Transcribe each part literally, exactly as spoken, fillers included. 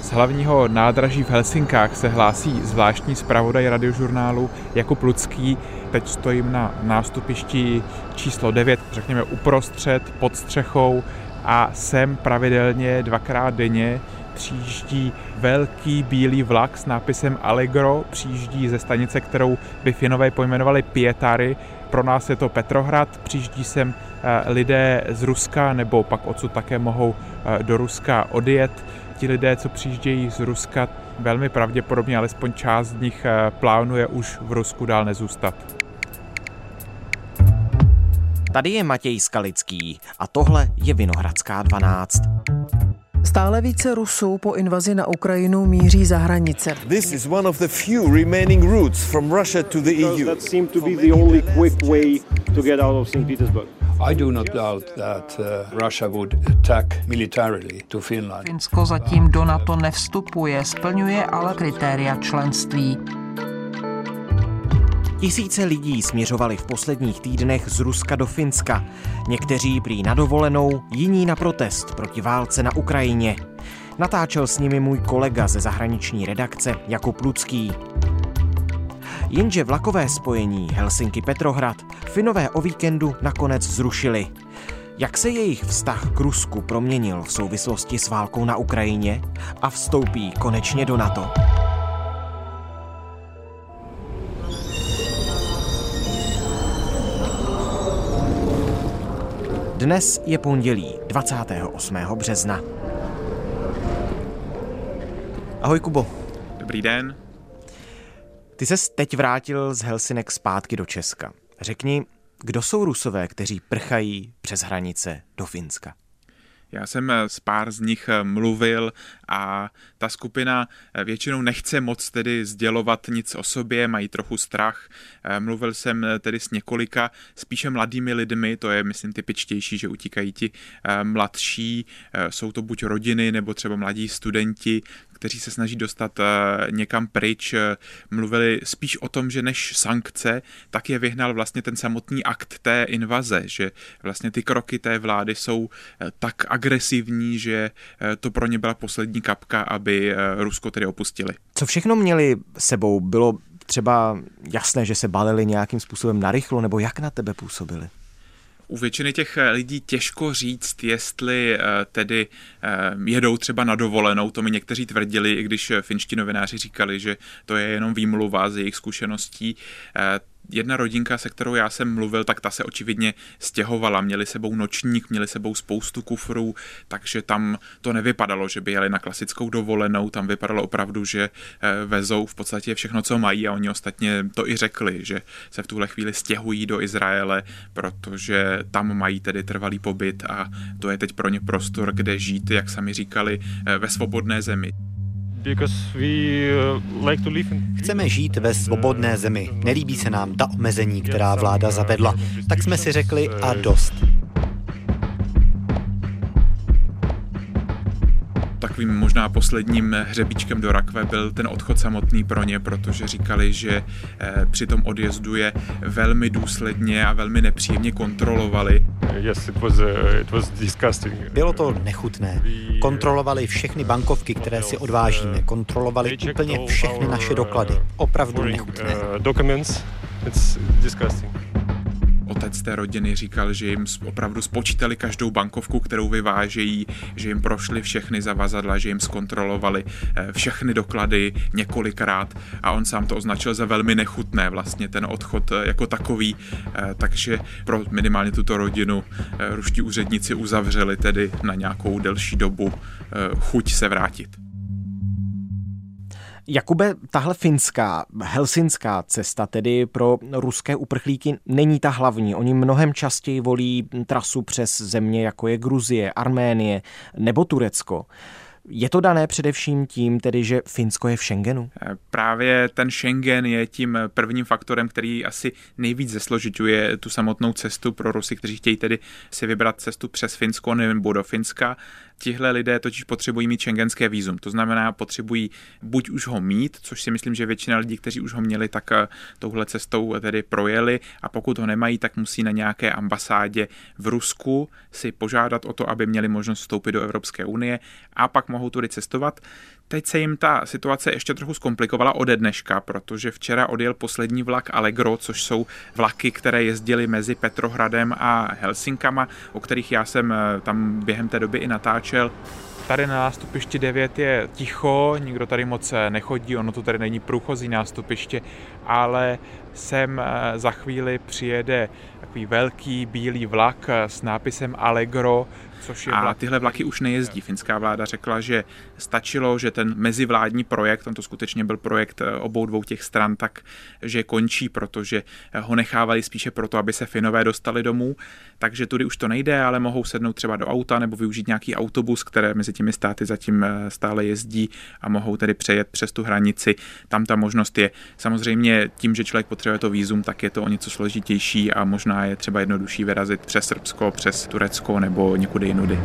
Z hlavního nádraží v Helsinkách se hlásí zvláštní zpravodaj Radiožurnálu Jakub Lucký. Teď stojím na nástupišti číslo devět, řekněme uprostřed, pod střechou, a sem pravidelně dvakrát denně přijíždí velký bílý vlak s nápisem Allegro, přijíždí ze stanice, kterou by Finové pojmenovali Pietary. Pro nás je to Petrohrad, přijíždí sem lidé z Ruska, nebo pak odsud také mohou do Ruska odjet. Ti lidé, co přijíždějí z Ruska, velmi pravděpodobně, alespoň část z nich plánuje už v Rusku dál nezůstat. Tady je Matěj Skalický a tohle je Vinohradská dvanáct. Stále více Rusů po invazi na Ukrajinu míří za hranice. This is one of the few remaining routes from Russia to the E U. That seemed to be the only quick way to get out of Saint Petersburg. I do not doubt that uh, Russia would attack militarily to Finland. Finsko zatím do NATO nevstupuje, splňuje ale kritéria členství. Tisíce lidí směřovali v posledních týdnech z Ruska do Finska. Někteří prý na dovolenou, jiní na protest proti válce na Ukrajině. Natáčel s nimi můj kolega ze zahraniční redakce Jakub Lucký. Jenže vlakové spojení Helsinki-Petrohrad Finové o víkendu nakonec zrušili. Jak se jejich vztah k Rusku proměnil v souvislosti s válkou na Ukrajině a vstoupí konečně do NATO? Dnes je pondělí, dvacátého osmého března. Ahoj, Kubo. Dobrý den. Ty ses teď vrátil z Helsinek zpátky do Česka. Řekni, kdo jsou Rusové, kteří prchají přes hranice do Finska? Já jsem s pár z nich mluvil a ta skupina většinou nechce moc tedy sdělovat nic o sobě, mají trochu strach. Mluvil jsem tedy s několika spíše mladými lidmi, to je myslím typičtější, že utíkají ti mladší, jsou to buď rodiny nebo třeba mladí studenti, kteří se snaží dostat někam pryč. Mluvili spíš o tom, že než sankce, tak je vyhnal vlastně ten samotný akt té invaze, že vlastně ty kroky té vlády jsou tak agresivní, že to pro ně byla poslední kapka, aby Rusko tedy opustili. Co všechno měli sebou? Bylo třeba jasné, že se balili nějakým způsobem narychlo, nebo jak na tebe působili? U většiny těch lidí těžko říct, jestli tedy jedou třeba na dovolenou, to mi někteří tvrdili, i když finští novináři říkali, že to je jenom výmluva z jejich zkušeností. Jedna rodinka, se kterou já jsem mluvil, tak ta se očividně stěhovala. Měli sebou nočník, měli sebou spoustu kufrů, takže tam to nevypadalo, že by jeli na klasickou dovolenou. Tam vypadalo opravdu, že vezou v podstatě všechno, co mají, a oni ostatně to i řekli, že se v tuhle chvíli stěhují do Izraele, protože tam mají tedy trvalý pobyt a to je teď pro ně prostor, kde žít, jak sami říkali, ve svobodné zemi. Chceme žít ve svobodné zemi. Nelíbí se nám ta omezení, která vláda zavedla. Tak jsme si řekli a dost. Takovým možná posledním hřebíčkem do rakve byl ten odchod samotný pro ně, protože říkali, že při tom odjezdu je velmi důsledně a velmi nepříjemně kontrolovali. Yes, it was, uh, it was disgusting. Bylo to nechutné. Kontrolovali všechny bankovky, které si odvážíme. Kontrolovali úplně všechny naše doklady. Opravdu nechutné. Documents, it's disgusting. Otec té rodiny říkal, že jim opravdu spočítali každou bankovku, kterou vyvážejí, že jim prošli všechny zavazadla, že jim zkontrolovali všechny doklady několikrát a on sám to označil za velmi nechutné vlastně ten odchod jako takový, takže pro minimálně tuto rodinu ruští úředníci uzavřeli tedy na nějakou delší dobu chuť se vrátit. Jakube, tahle finská, helsinská cesta tedy pro ruské uprchlíky není ta hlavní. Oni mnohem častěji volí trasu přes země, jako je Gruzie, Arménie nebo Turecko. Je to dané především tím, tedy, že Finsko je v Schengenu? Právě ten Schengen je tím prvním faktorem, který asi nejvíc zesložiťuje tu samotnou cestu pro Rusy, kteří chtějí tedy si vybrat cestu přes Finsko nebo do Finska. Tihle lidé totiž potřebují mít schengenské vízum. To znamená, potřebují buď už ho mít, což si myslím, že většina lidí, kteří už ho měli, tak touhle cestou tedy projeli, a pokud ho nemají, tak musí na nějaké ambasádě v Rusku si požádat o to, aby měli možnost vstoupit do Evropské unie, a pak mohou tudy cestovat. Teď se jim ta situace ještě trochu zkomplikovala ode dneška, protože včera odjel poslední vlak Allegro, což jsou vlaky, které jezdily mezi Petrohradem a Helsinkama, o kterých já jsem tam během té doby i natáčel. Tady na nástupišti devět je ticho, nikdo tady moc nechodí, ono to tady není průchozí nástupiště, ale sem za chvíli přijede takový velký bílý vlak s nápisem Allegro, což je vlak. A tyhle vlaky už nejezdí. Finská vláda řekla, že stačilo, že ten mezivládní projekt, on to skutečně byl projekt obou dvou těch stran, tak že končí, protože ho nechávali spíše proto, aby se Finové dostali domů. Takže tudy už to nejde, ale mohou sednout třeba do auta nebo využít nějaký autobus, které mezi těmi státy zatím stále jezdí a mohou tedy přejet přes tu hranici. Tam ta možnost je. Samozřejmě tím, že člověk potřebuje to vízum, tak je to o něco složitější a možná je třeba jednodušší vyrazit přes Srbsko, přes Turecko nebo někudy jinudy.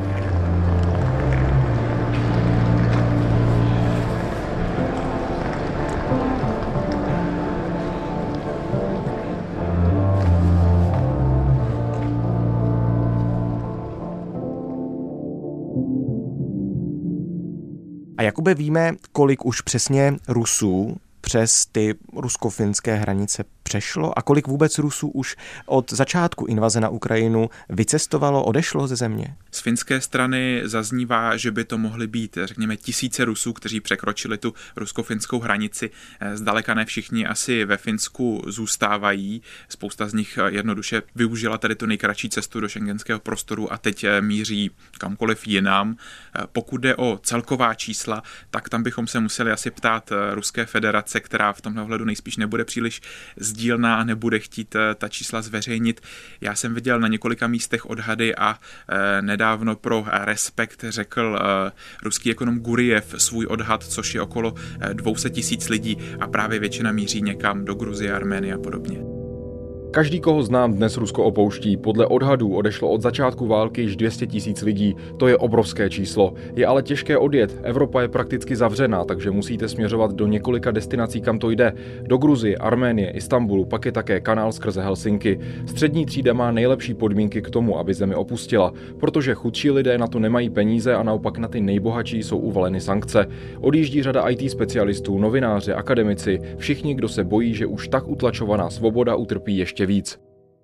A Jakube, víme, kolik už přesně Rusů přes ty rusko-finské hranice přešlo a kolik vůbec Rusů už od začátku invaze na Ukrajinu vycestovalo, odešlo ze země? Z finské strany zaznívá, že by to mohly být, řekněme, tisíce Rusů, kteří překročili tu rusko-finskou hranici. Zdaleka ne všichni asi ve Finsku zůstávají. Spousta z nich jednoduše využila tady tu nejkratší cestu do schengenského prostoru a teď míří kamkoliv jinam. Pokud jde o celková čísla, tak tam bychom se museli asi ptát Ruské federace, která v tomhle ohledu nejspíš nebude příliš sdílná a nebude chtít ta čísla zveřejnit. Já jsem viděl na několika místech odhady a nedávno pro Respekt řekl ruský ekonom Guriev svůj odhad, což je okolo dvě stě tisíc lidí a právě většina míří někam do Gruzie, Arménie a podobně. Každý, koho znám, dnes Rusko opouští. Podle odhadů odešlo od začátku války již dvě stě tisíc lidí. To je obrovské číslo. Je ale těžké odjet. Evropa je prakticky zavřená, takže musíte směřovat do několika destinací, kam to jde. Do Gruzie, Arménie, Istanbulu, pak je také kanál skrze Helsinky. Střední třída má nejlepší podmínky k tomu, aby zemi opustila, protože chudší lidé na to nemají peníze a naopak na ty nejbohatší jsou uvaleny sankce. Odjíždí řada í té specialistů, novináři, akademici, všichni, kdo se bojí, že už tak utlačovaná svoboda utrpí ještě víc.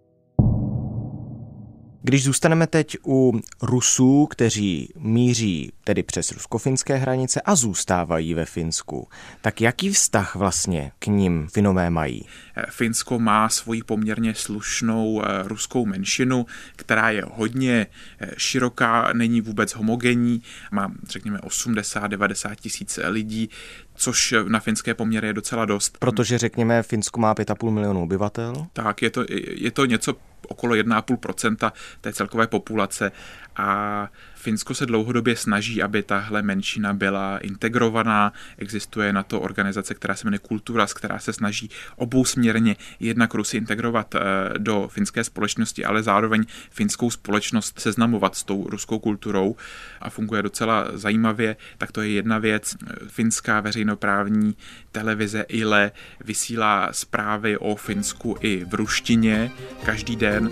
Když zůstaneme teď u Rusů, kteří míří tedy přes rusko-finské hranice a zůstávají ve Finsku, tak jaký vztah vlastně k nim Finové mají? Finsko má svoji poměrně slušnou ruskou menšinu, která je hodně široká, není vůbec homogenní, má řekněme osmdesát devadesát tisíc lidí, což na finské poměry je docela dost. Protože řekněme, Finsko má pět a půl milionu obyvatel? Tak, je to, je to něco okolo jedna a půl procenta té celkové populace a Finsko se dlouhodobě snaží, aby tahle menšina byla integrovaná. Existuje na to organizace, která se jmenuje Kulturas, která se snaží obousměrně jednak Rusy integrovat do finské společnosti, ale zároveň finskou společnost seznamovat s tou ruskou kulturou a funguje docela zajímavě. Tak to je jedna věc. Finská veřejnoprávní televize Yle vysílá zprávy o Finsku i v ruštině každý den.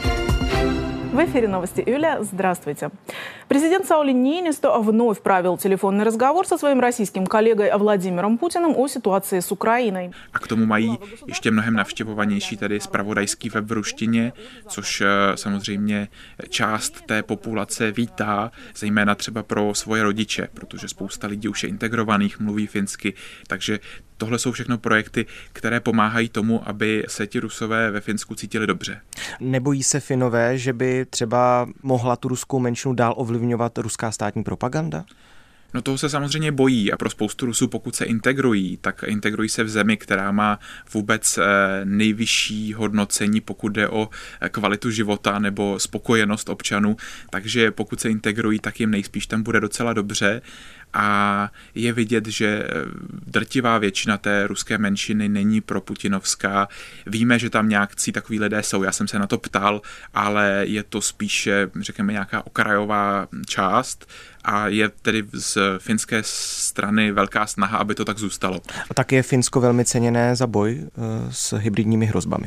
В эфире новости Юля. Здравствуйте. Президент Саули Ниинисто вновь провел телефонный разговор со своим российским коллегой Владимиром Путиным о ситуации с Украиной. A k tomu mají ještě mnohem navštěvovanější tady zpravodajský web v ruštině, což samozřejmě část té populace vítá, zejména třeba pro svoje rodiče, protože spousta lidí už je integrovaných, mluví finsky, takže tohle jsou všechno projekty, které pomáhají tomu, aby se ti Rusové ve Finsku cítili dobře. Nebojí se Finové, že by třeba mohla tu ruskou menšinu dál ovlivňovat ruská státní propaganda? No toho se samozřejmě bojí a pro spoustu Rusů, pokud se integrují, tak integrují se v zemi, která má vůbec nejvyšší hodnocení, pokud jde o kvalitu života nebo spokojenost občanů, takže pokud se integrují, tak jim nejspíš tam bude docela dobře a je vidět, že drtivá většina té ruské menšiny není proputinovská. Víme, že tam nějakcí takový lidé jsou, já jsem se na to ptal, ale je to spíše, řekněme, nějaká okrajová část a je tedy z finské strany velká snaha, aby to tak zůstalo. A tak je Finsko velmi ceněné za boj s hybridními hrozbami.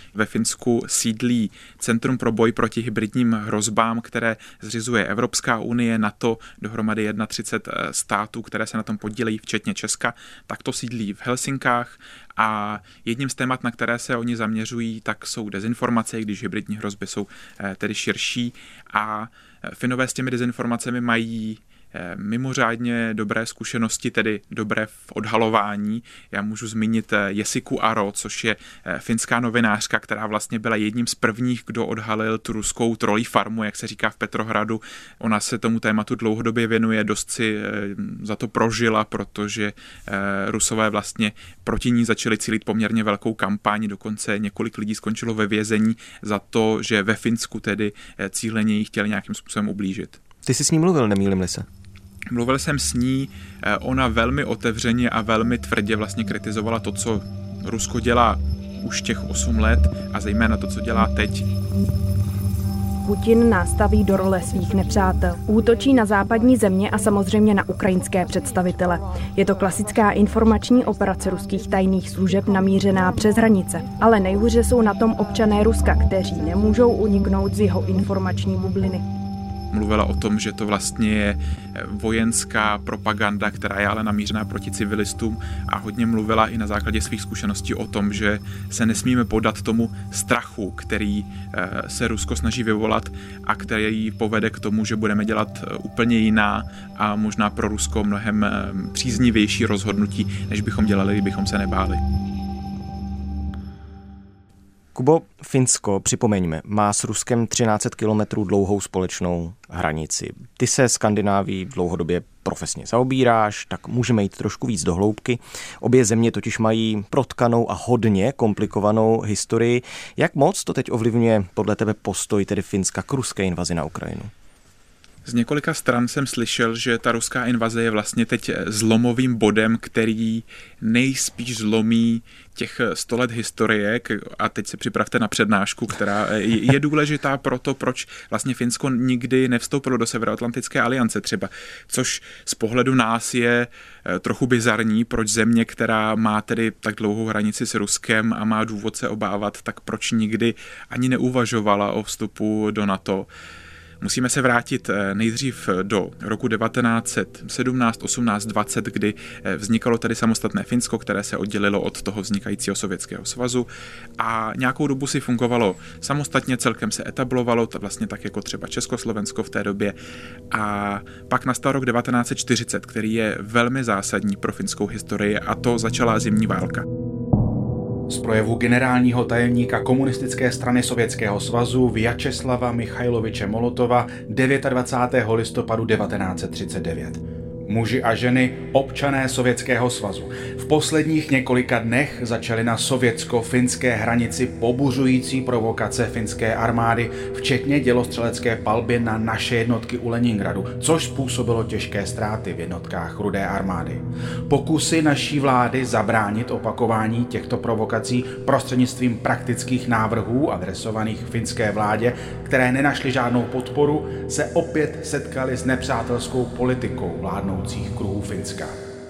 Ve Finsku sídlí Centrum pro boj proti hybridním hrozbám, které zřizuje Evropská unie, NATO, dohromady třicet jedna států, které se na tom podílejí, včetně Česka. Tak to sídlí v Helsinkách a jedním z témat, na které se oni zaměřují, tak jsou dezinformace, když hybridní hrozby jsou tedy širší a Finové s těmi dezinformacemi mají mimořádně dobré zkušenosti, tedy dobré v odhalování. Já můžu zmínit Jessiku Aro, což je finská novinářka, která vlastně byla jedním z prvních, kdo odhalil tu ruskou trolí farmu, jak se říká v Petrohradu. Ona se tomu tématu dlouhodobě věnuje, dost si za to prožila, protože Rusové vlastně proti ní začali cílit poměrně velkou kampaň, dokonce několik lidí skončilo ve vězení za to, že ve Finsku tedy cíleně jí chtěli nějakým způsobem ublížit. Ty jsi s ní mluvil, nemýlím-li se? Mluvil jsem s ní, ona velmi otevřeně a velmi tvrdě vlastně kritizovala to, co Rusko dělá už těch osm let a zejména to, co dělá teď. Putin nás staví do role svých nepřátel. Útočí na západní země a samozřejmě na ukrajinské představitele. Je to klasická informační operace ruských tajných služeb namířená přes hranice. Ale nejhůře jsou na tom občané Ruska, kteří nemůžou uniknout z jeho informační bubliny. Mluvila o tom, že to vlastně je vojenská propaganda, která je ale namířená proti civilistům a hodně mluvila i na základě svých zkušeností o tom, že se nesmíme podat tomu strachu, který se Rusko snaží vyvolat a který povede k tomu, že budeme dělat úplně jiná a možná pro Rusko mnohem příznivější rozhodnutí, než bychom dělali, kdybychom se nebáli. Kubo, Finsko, připomeňme, má s Ruskem třináct set kilometrů dlouhou společnou hranici. Ty se Skandinávií dlouhodobě profesně zaobíráš, tak můžeme jít trošku víc do hloubky. Obě země totiž mají protkanou a hodně komplikovanou historii. Jak moc to teď ovlivňuje podle tebe postoj tedy Finska k ruské invazi na Ukrajinu? Z několika stran jsem slyšel, že ta ruská invaze je vlastně teď zlomovým bodem, který nejspíš zlomí těch sto let historie a teď se připravte na přednášku, která je důležitá pro to, proč vlastně Finsko nikdy nevstoupilo do Severoatlantické aliance třeba, což z pohledu nás je trochu bizarní, proč země, která má tedy tak dlouhou hranici s Ruskem a má důvod se obávat, tak proč nikdy ani neuvažovala o vstupu do NATO. Musíme se vrátit nejdřív do roku devatenáct set sedmnáct, osmnáct, dvacet, kdy vznikalo tedy samostatné Finsko, které se oddělilo od toho vznikajícího Sovětského svazu a nějakou dobu si fungovalo samostatně, celkem se etablovalo, to vlastně tak jako třeba Československo v té době a pak nastal rok devatenáct set čtyřicet, který je velmi zásadní pro finskou historii a to začala zimní válka. Z projevu generálního tajemníka komunistické strany Sovětského svazu Vjačeslava Michajloviče Molotova dvacátého devátého listopadu devatenáct set třicet devět. Muži a ženy, občané Sovětského svazu. V posledních několika dnech začaly na sovětsko-finské hranici pobuřující provokace finské armády, včetně dělostřelecké palby na naše jednotky u Leningradu, což způsobilo těžké ztráty v jednotkách Rudé armády. Pokusy naší vlády zabránit opakování těchto provokací prostřednictvím praktických návrhů adresovaných finské vládě, které nenašly žádnou podporu, se opět setkaly s nepřátelskou politikou vládnou kruhů Finska.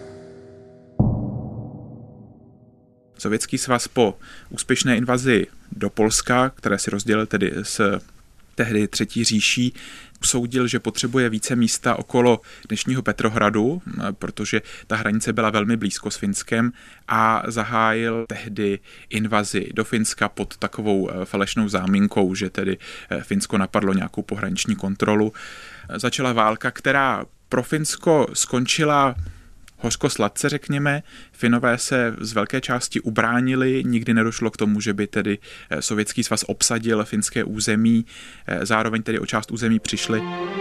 Sovětský svaz po úspěšné invazi do Polska, které si rozdělil tedy s tehdy Třetí říší, usoudil, že potřebuje více místa okolo dnešního Petrohradu, protože ta hranice byla velmi blízko s Finskem a zahájil tehdy invazi do Finska pod takovou falešnou záminkou, že tedy Finsko napadlo nějakou pohraniční kontrolu. Začala válka, která pro Finsko skončila hořko sladce, řekněme. Finové se z velké části ubránili, nikdy nedošlo k tomu, že by tedy Sovětský svaz obsadil finské území, zároveň tedy o část území přišli.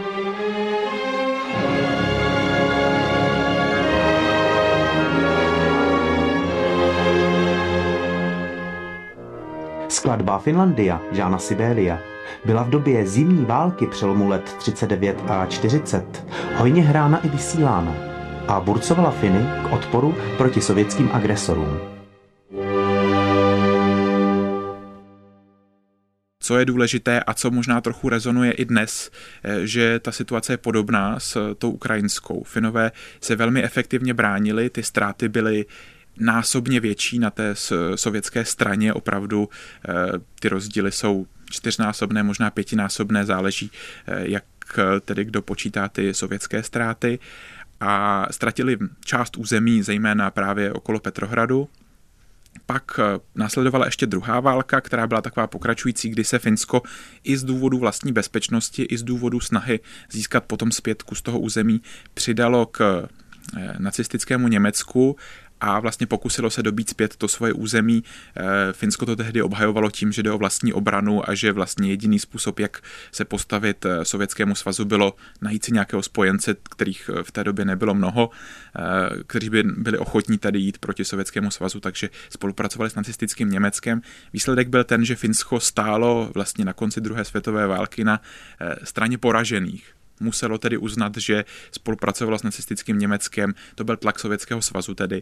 Skladba Finlandia Jána Sibélia byla v době zimní války přelomu let třicet devět a čtyřicet hojně hrána i vysílána a burcovala Finy k odporu proti sovětským agresorům. Co je důležité a co možná trochu rezonuje i dnes, že ta situace je podobná s tou ukrajinskou. Finové se velmi efektivně bránili, ty ztráty byly násobně větší na té sovětské straně. Opravdu ty rozdíly jsou čtyřnásobné, možná pětinásobné, záleží, jak tedy kdo počítá ty sovětské ztráty. A ztratili část území, zejména právě okolo Petrohradu. Pak následovala ještě druhá válka, která byla taková pokračující, kdy se Finsko i z důvodu vlastní bezpečnosti, i z důvodu snahy získat potom zpět kus toho území přidalo k nacistickému Německu a vlastně pokusilo se dobít zpět to svoje území. Finsko to tehdy obhajovalo tím, že jde o vlastní obranu a že vlastně jediný způsob, jak se postavit Sovětskému svazu, bylo najít si nějakého spojence, kterých v té době nebylo mnoho, kteří by byli ochotní tady jít proti Sovětskému svazu, takže spolupracovali s nacistickým Německem. Výsledek byl ten, že Finsko stálo vlastně na konci druhé světové války na straně poražených. Muselo tedy uznat, že spolupracovalo s nacistickým Německem, to byl tlak Sovětského svazu tedy,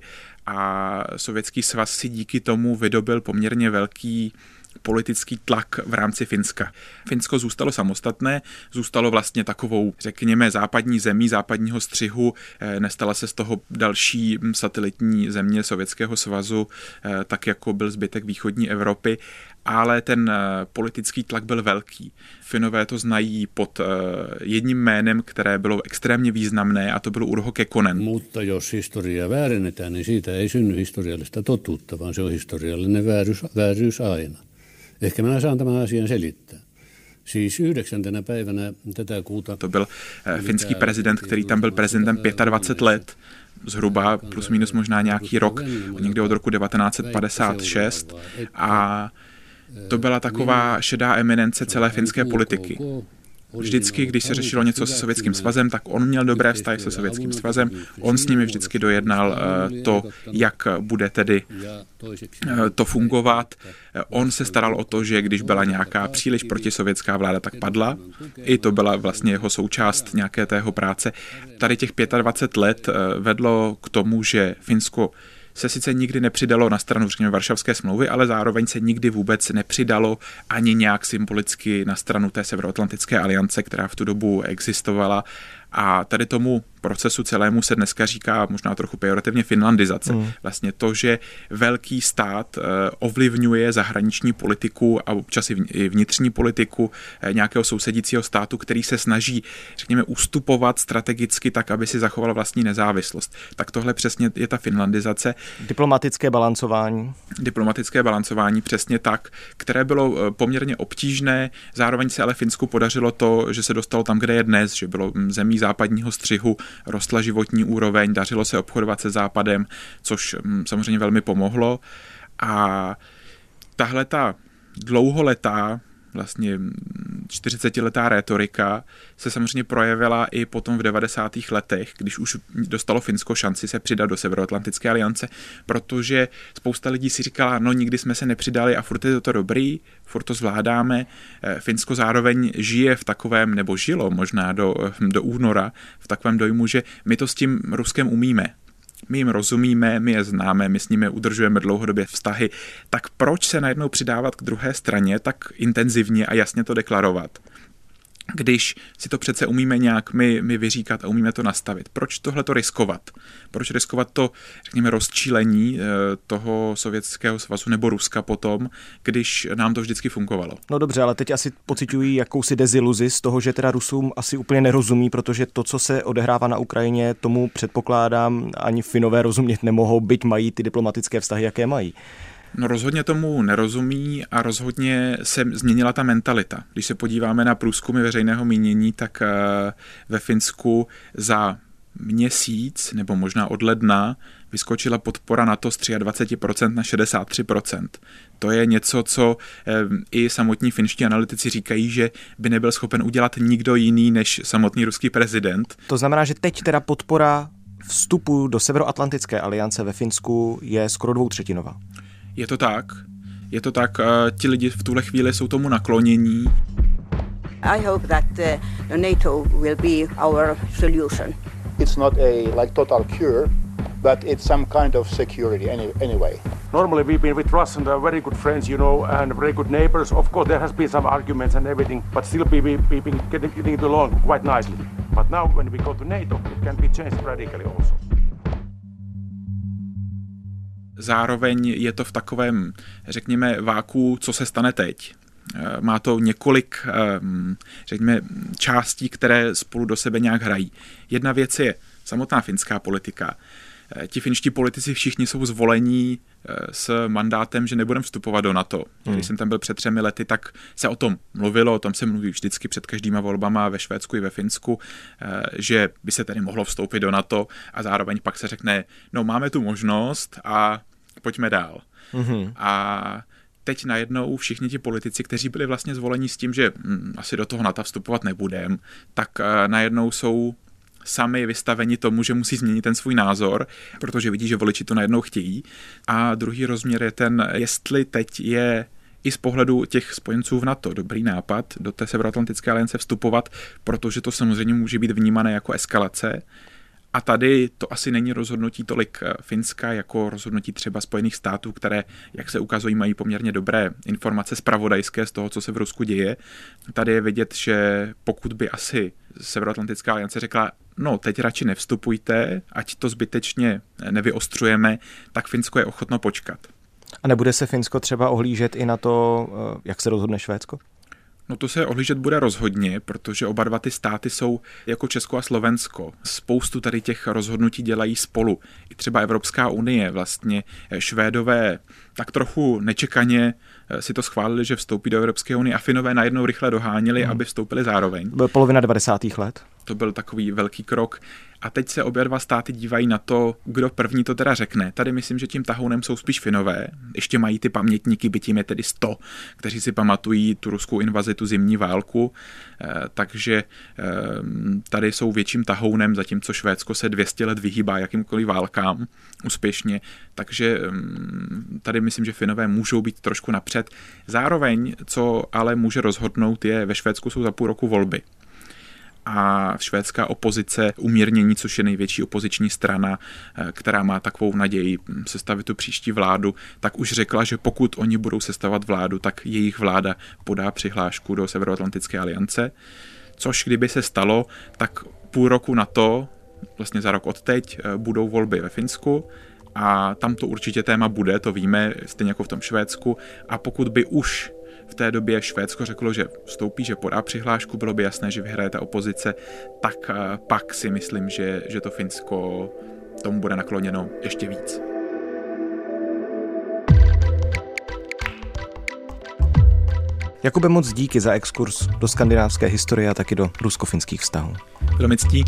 a Sovětský svaz si díky tomu vydobil poměrně velký politický tlak v rámci Finska. Finsko zůstalo samostatné, zůstalo vlastně takovou, řekněme, západní zemí, západního střihu, nestala se z toho další satelitní země Sovětského svazu, tak jako byl zbytek východní Evropy, ale ten politický tlak byl velký. Finové to znají pod jedním jménem, které bylo extrémně významné, a to byl Urho Kekkonen. Mutta jos historiaa väärennetään, niin siitä ei synny historiallista totuutta, vaan se on historiallinen vääryys, vääryys aina. Ehkä mä saan tämän asian selittää. Siis yhdeksäntenä päivänä tätä kuuta... To byl finský prezident, který tam byl prezidentem dvacet pět let, zhruba plus minus možná nějaký rok, někdy od roku devatenáct set padesát šest, a to byla taková šedá eminence celé finské politiky. Vždycky, když se řešilo něco se Sovětským svazem, tak on měl dobré vztahy se Sovětským svazem, on s nimi vždycky dojednal to, jak bude tedy to fungovat. On se staral o to, že když byla nějaká příliš protisovětská vláda, tak padla. I to byla vlastně jeho součást nějaké tého práce. Tady těch dvacet pět let vedlo k tomu, že Finsko se sice nikdy nepřidalo na stranu, řekněme, Varšavské smlouvy, ale zároveň se nikdy vůbec nepřidalo ani nějak symbolicky na stranu té Severoatlantické aliance, která v tu dobu existovala. A tady tomu procesu celému se dneska říká možná trochu pejorativně finlandizace. Mm. Vlastně to, že velký stát ovlivňuje zahraniční politiku a občas i vnitřní politiku nějakého sousedícího státu, který se snaží, řekněme, ustupovat strategicky tak, aby si zachoval vlastní nezávislost. Tak tohle přesně je ta finlandizace. Diplomatické balancování. Diplomatické balancování, přesně tak, které bylo poměrně obtížné. Zároveň se ale Finsku podařilo to, že se dostalo tam, kde je dnes, že bylo zemí západního střihu, rostla životní úroveň, dařilo se obchodovat se západem, což samozřejmě velmi pomohlo. A tahle ta dlouholetá, vlastně čtyřicetiletá rétorika se samozřejmě projevila i potom v devadesátých letech, když už dostalo Finsko šanci se přidat do Severoatlantické aliance, protože spousta lidí si říkala, no nikdy jsme se nepřidali a furt je to dobrý, furt to zvládáme. Finsko zároveň žije v takovém, nebo žilo možná do, do února, v takovém dojmu, že my to s tím Ruskem umíme. My jim rozumíme, my je známe, my s nimi udržujeme dlouhodobě vztahy, tak proč se najednou přidávat k druhé straně tak intenzivně a jasně to deklarovat? Když si to přece umíme nějak my, my vyříkat a umíme to nastavit. Proč tohle to riskovat? Proč riskovat to, řekněme, rozčílení toho Sovětského svazu nebo Ruska potom, když nám to vždycky fungovalo? No dobře, ale teď asi pociťují jakousi deziluzi z toho, že teda Rusům asi úplně nerozumí, protože to, co se odehrává na Ukrajině, tomu předpokládám, ani Finové rozumět nemohou, byť mají ty diplomatické vztahy, jaké mají. No rozhodně tomu nerozumí a rozhodně se změnila ta mentalita. Když se podíváme na průzkumy veřejného mínění, tak ve Finsku za měsíc nebo možná od ledna vyskočila podpora NATO z dvacet tři procent na šedesát tři procent. To je něco, co i samotní finští analytici říkají, že by nebyl schopen udělat nikdo jiný než samotný ruský prezident. To znamená, že teď teda podpora vstupu do Severoatlantické aliance ve Finsku je skoro dvoutřetinová. Je to tak. Je to tak. Ti lidi v tuhle chvíli jsou tomu naklonění. I hope that uh, NATO will be our solution. It's not a like total cure, but it's some kind of security any, anyway. Normally we've been with Russia and very good friends, you know, and very good neighbors. Of course there has been some arguments and everything, but still we've been, we've been getting, getting along quite nicely. But now when we go to NATO, it can be changed radically also. Zároveň je to v takovém, řekněme, váku, co se stane teď. Má to několik, řekněme, částí, které spolu do sebe nějak hrají. Jedna věc je samotná finská politika. Ti finští politici všichni jsou zvolení s mandátem, že nebudeme vstupovat do NATO. Hmm. Když jsem tam byl před třemi lety, tak se o tom mluvilo, o tom se mluví vždycky před každýma volbama ve Švédsku i ve Finsku, že by se tedy mohlo vstoupit do NATO a zároveň pak se řekne, no máme tu možnost a pojďme dál. Hmm. A teď najednou všichni ti politici, kteří byli vlastně zvoleni s tím, že hm, asi do toho NATO vstupovat nebudem, tak najednou jsou sami vystaveni tomu, že musí změnit ten svůj názor, protože vidí, že voliči to najednou chtějí. A druhý rozměr je ten, jestli teď je i z pohledu těch spojenců v NATO dobrý nápad do té Severoatlantické aliance vstupovat, protože to samozřejmě může být vnímané jako eskalace. A tady to asi není rozhodnutí tolik Finska jako rozhodnutí třeba Spojených států, které, jak se ukazují, mají poměrně dobré informace zpravodajské z toho, co se v Rusku děje. Tady je vidět, že pokud by asi Severoatlantická aliance řekla, no teď radši nevstupujte, ať to zbytečně nevyostřujeme, tak Finsko je ochotno počkat. A nebude se Finsko třeba ohlížet i na to, jak se rozhodne Švédsko? No to se ohlížet bude rozhodně, protože oba dva ty státy jsou jako Česko a Slovensko. Spoustu tady těch rozhodnutí dělají spolu. I třeba Evropská unie, vlastně Švédové tak trochu nečekaně si to schválili, že vstoupí do Evropské unie a Finové najednou rychle doháněli, hmm. aby vstoupili zároveň. Byl polovina devadesátých let. To byl takový velký krok. A teď se obě dva státy dívají na to, kdo první to teda řekne. Tady myslím, že tím tahounem jsou spíš Finové. Ještě mají ty pamětníky, byť jim je tedy sto, kteří si pamatují tu ruskou invazi, tu zimní válku. Takže tady jsou větším tahounem, zatímco Švédsko se dvě stě let vyhýbá jakýmkoliv válkám úspěšně. Takže tady myslím, že Finové můžou být trošku napřed. Zároveň, co ale může rozhodnout, je, ve Švédsku jsou za půl roku volby. A švédská opozice umírnění, což je největší opoziční strana, která má takovou naději sestavit tu příští vládu, tak už řekla, že pokud oni budou sestavovat vládu, tak jejich vláda podá přihlášku do Severoatlantické aliance, což kdyby se stalo, tak půl roku na to, vlastně za rok od teď, budou volby ve Finsku a tam to určitě téma bude, to víme, stejně jako v tom Švédsku, a pokud by už v té době Švédsko řeklo, že vstoupí, že podá přihlášku, bylo by jasné, že vyhraje ta opozice, tak pak si myslím, že, že to Finsko tomu bude nakloněno ještě víc. Jakube, moc díky za exkurs do skandinávské historie a taky do rusko-finských vztahů. Bylo mi ctí.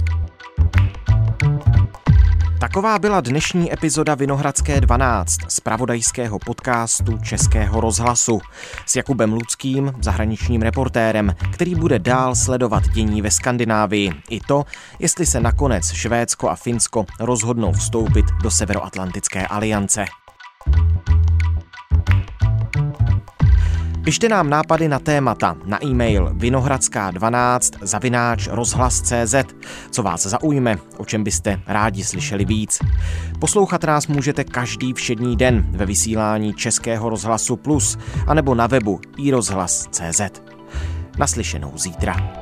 Taková byla dnešní epizoda Vinohradské dvanáct, zpravodajského podcastu Českého rozhlasu s Jakubem Luckým, zahraničním reportérem, který bude dál sledovat dění ve Skandinávii. I to, jestli se nakonec Švédsko a Finsko rozhodnou vstoupit do Severoatlantické aliance. Pište nám nápady na témata na e-mail vinohradská dvanáct zavináč rozhlas tečka cé zet. Co vás zaujme, o čem byste rádi slyšeli víc. Poslouchat nás můžete každý všední den ve vysílání Českého rozhlasu Plus anebo na webu i rozhlas tečka cé zet. Naslyšenou zítra.